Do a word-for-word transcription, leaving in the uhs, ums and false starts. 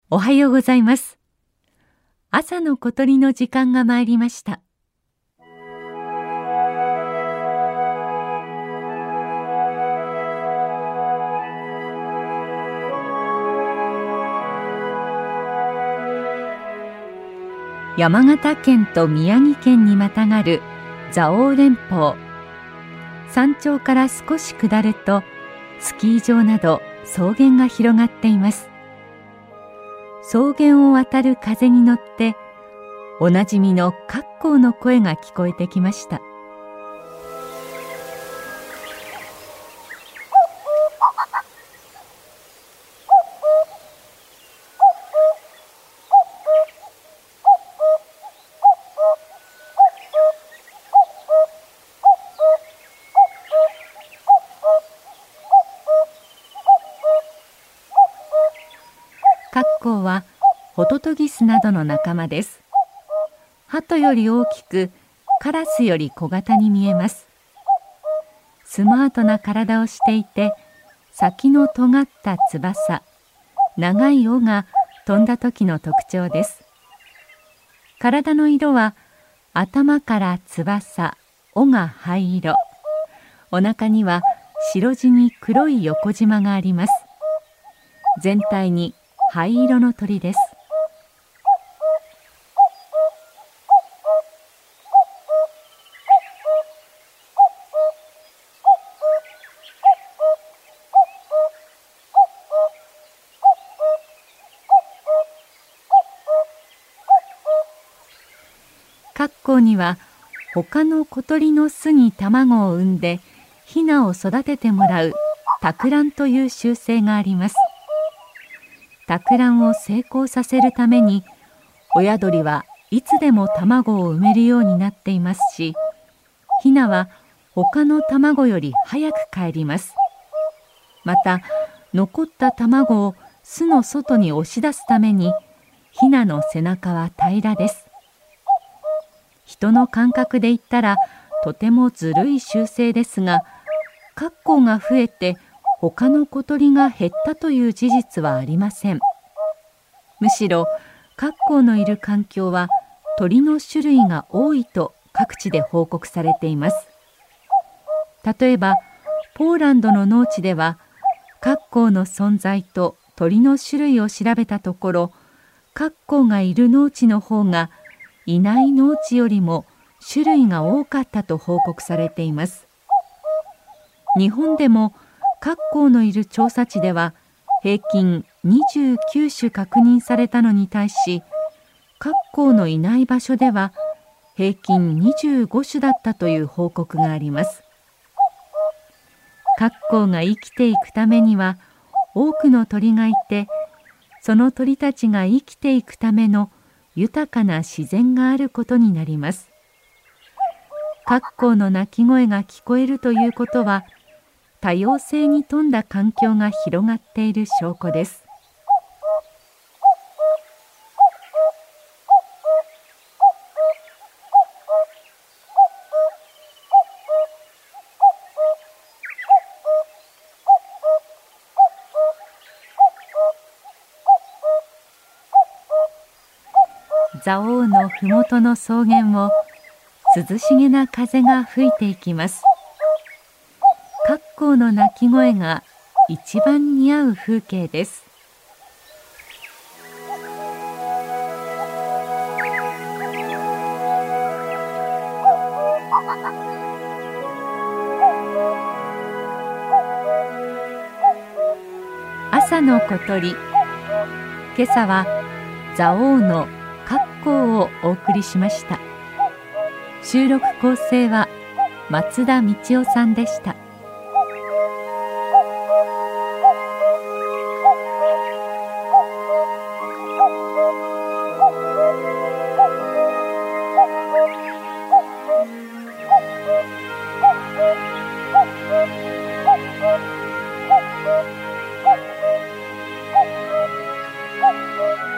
おはようございます。朝の小鳥の時間が参りました。山形県と宮城県にまたがる蔵王連峰。山頂から少し下るとスキー場など草原が広がっています。草原を渡る風に乗っておなじみのカッコウの声が聞こえてきました。カッコウはホトトギスなどの仲間です。鳩より大きく、カラスより小型に見えます。スマートな体をしていて、先の尖った翼、長い尾が飛んだ時の特徴です。体の色は頭から翼、尾が灰色、お腹には白地に黒い横縞があります。全体に灰色の鳥です。カッコウには他の小鳥の巣に卵を産んでヒナを育ててもらう托卵という習性があります。托卵を成功させるために親鳥はいつでも卵を産めるようになっていますし、ヒナは他の卵より早くかえります。また残った卵を巣の外に押し出すためにヒナの背中は平らです。人の感覚で言ったらとてもずるい習性ですが、カッコウが増えて他の小鳥が減ったという事実はありません。むしろカッコウのいる環境は鳥の種類が多いと各地で報告されています。例えばポーランドの農地ではカッコウの存在と鳥の種類を調べたところ、カッコウがいる農地の方がいない農地よりも種類が多かったと報告されています。日本でもカッコウのいる調査地では平均にじゅうきゅう種確認されたのに対し、カッコウのいない場所では平均にじゅうご種だったという報告があります。カッコウが生きていくためには多くの鳥がいて、その鳥たちが生きていくための豊かな自然があることになります。カッコウの鳴き声が聞こえるということは、多様性に富んだ環境が広がっている証拠です。蔵王のふもとの草原を涼しげな風が吹いていきます。カッコウの鳴き声が一番似合う風景です。朝の小鳥。今朝は蔵王のカッコウをお送りしました。収録構成は松田道夫さんでした。 Thank you.